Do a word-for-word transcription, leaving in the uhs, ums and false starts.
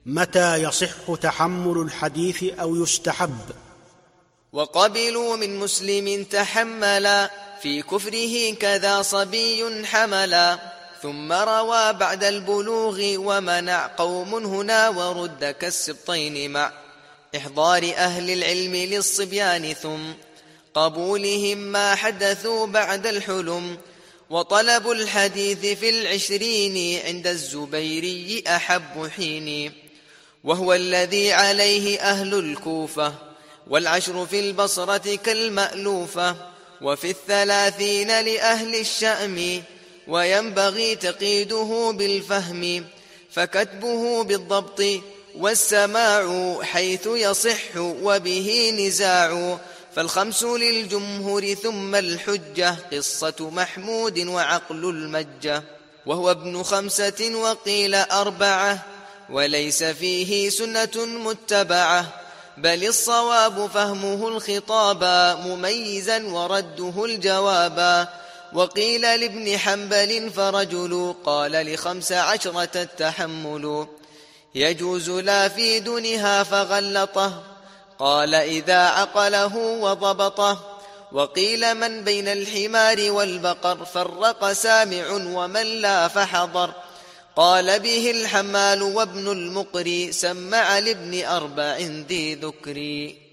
متى يصح تحمل الحديث أو يستحب؟ وقبلوا من مسلم تحملا في كفره كذا صبي حملا، ثم روى بعد البلوغ ومنع قوم هنا ورد كالسبطين مع إحضار أهل العلم للصبيان ثم قبولهم ما حدثوا بعد الحلم. وطلب الحديث في العشرين عند الزبيري أحب حين، وهو الذي عليه أهل الكوفة، والعشر في البصرة كالمألوفة، وفي الثلاثين لأهل الشأم، وينبغي تقييده بالفهم، فكتبه بالضبط والسماع حيث يصح وبه نزاع. فالخمس للجمهور ثم الحجة قصة محمود وعقل المجة، وهو ابن خمسة وقيل أربعة، وليس فيه سنة متبعة، بل الصواب فهمه الخطابا مميزا ورده الجوابا. وقيل لابن حنبل فرجل قال لخمس عشرة التحمل، يجوز لا في دونها فغلطه، قال إذا عقله وضبطه. وقيل من بين الحمار والبقر فرق سامع ومن لا فحضر، قال به الحمال وابن المقري سمع لابن أربع ذي ذكري.